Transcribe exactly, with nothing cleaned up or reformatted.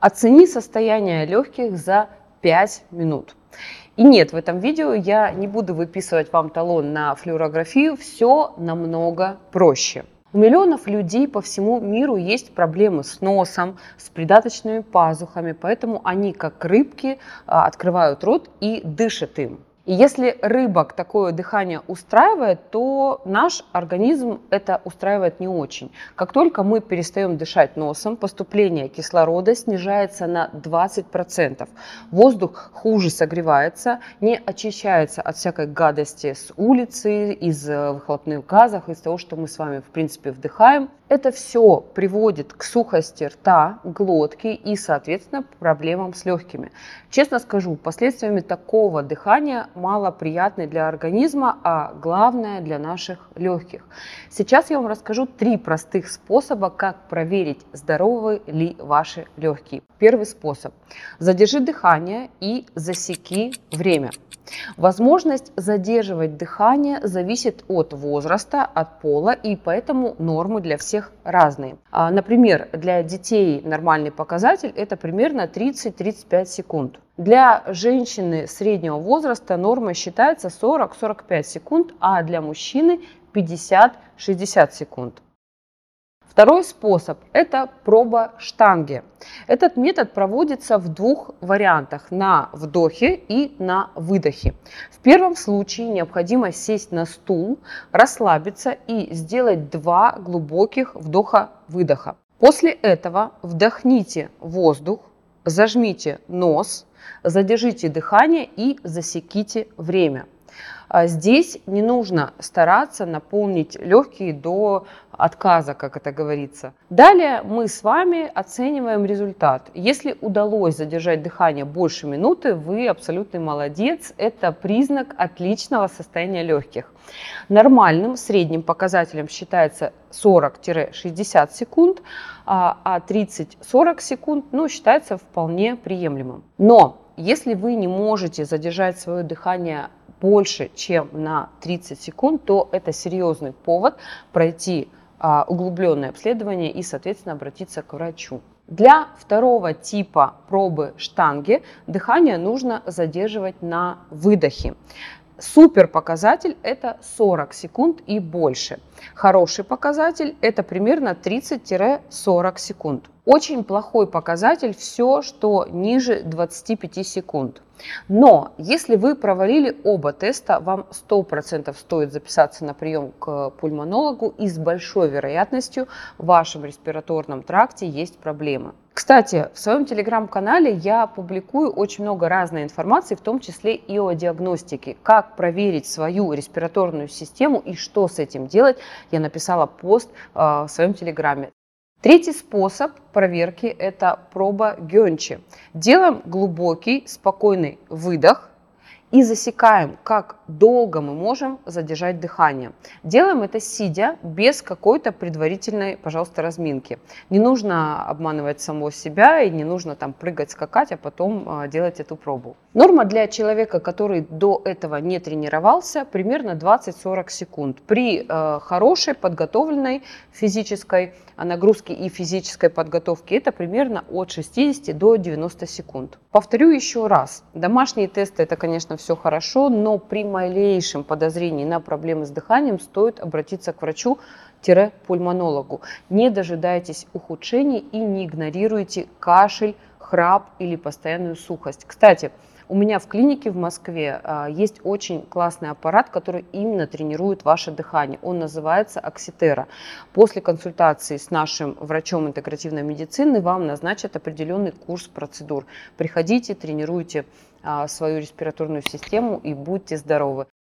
Оцени состояние легких за пять минут. И нет, в этом видео я не буду выписывать вам талон на флюорографию, все намного проще. У миллионов людей по всему миру есть проблемы с носом, с придаточными пазухами, поэтому они, как рыбки, открывают рот и дышат им. И если рыбок такое дыхание устраивает, то наш организм это устраивает не очень. Как только мы перестаем дышать носом, поступление кислорода снижается на двадцать процентов. Воздух хуже согревается, не очищается от всякой гадости с улицы, из выхлопных газов, из того, что мы с вами в принципе вдыхаем. Это все приводит к сухости рта, глотки и, соответственно, проблемам с легкими. Честно скажу, последствиями такого дыхания малоприятны для организма, а главное для наших легких. Сейчас я вам расскажу три простых способа, как проверить, здоровы ли ваши легкие. Первый способ. Задержи дыхание и засеки время. Возможность задерживать дыхание зависит от возраста, от пола, и поэтому нормы для всех разные. Например, для детей нормальный показатель это примерно тридцать-тридцать пять секунд. Для женщины среднего возраста нормой считается сорок-сорок пять секунд, а для мужчины пятьдесят-шестьдесят секунд. Второй способ – это проба штанги. Этот метод проводится в двух вариантах – на вдохе и на выдохе. В первом случае необходимо сесть на стул, расслабиться и сделать два глубоких вдоха-выдоха. После этого вдохните воздух, зажмите нос, задержите дыхание и засеките время. Здесь не нужно стараться наполнить легкие до отказа, как это говорится. Далее мы с вами оцениваем результат. Если удалось задержать дыхание больше минуты, вы абсолютный молодец. Это признак отличного состояния легких. Нормальным средним показателем считается сорок-шестьдесят секунд, а тридцать-сорок секунд ну, считается вполне приемлемым. Но если вы не можете задержать свое дыхание больше, чем на тридцать секунд, то это серьезный повод пройти а, углубленное обследование и, соответственно, обратиться к врачу. Для второго типа пробы штанги дыхание нужно задерживать на выдохе. Супер показатель это сорок секунд и больше. Хороший показатель это примерно тридцать-сорок секунд. Очень плохой показатель все, что ниже двадцати пяти секунд. Но если вы провалили оба теста, вам сто процентов стоит записаться на прием к пульмонологу, и с большой вероятностью в вашем респираторном тракте есть проблемы. Кстати, в своем телеграм-канале я публикую очень много разной информации, в том числе и о диагностике. Как проверить свою респираторную систему и что с этим делать, я написала пост в своем телеграме. Третий способ проверки – это проба Гёнчи. Делаем глубокий, спокойный выдох и засекаем, как долго мы можем задержать дыхание. Делаем это сидя, без какой-то предварительной, пожалуйста, разминки. Не нужно обманывать самого себя и не нужно там прыгать, скакать, а потом э, делать эту пробу. Норма для человека, который до этого не тренировался, примерно двадцать-сорок секунд. При э, хорошей, подготовленной физической нагрузке и физической подготовке это примерно от шестидесяти до девяноста секунд. Повторю еще раз. Домашние тесты это, конечно, все хорошо, но при малейшем подозрении на проблемы с дыханием стоит обратиться к врачу-пульмонологу. Не дожидайтесь ухудшений и не игнорируйте кашель, храп или постоянную сухость. Кстати, у меня в клинике в Москве а, есть очень классный аппарат, который именно тренирует ваше дыхание. Он называется Окситера. После консультации с нашим врачом интегративной медицины вам назначат определенный курс процедур. Приходите, тренируйте а, свою респираторную систему и будьте здоровы.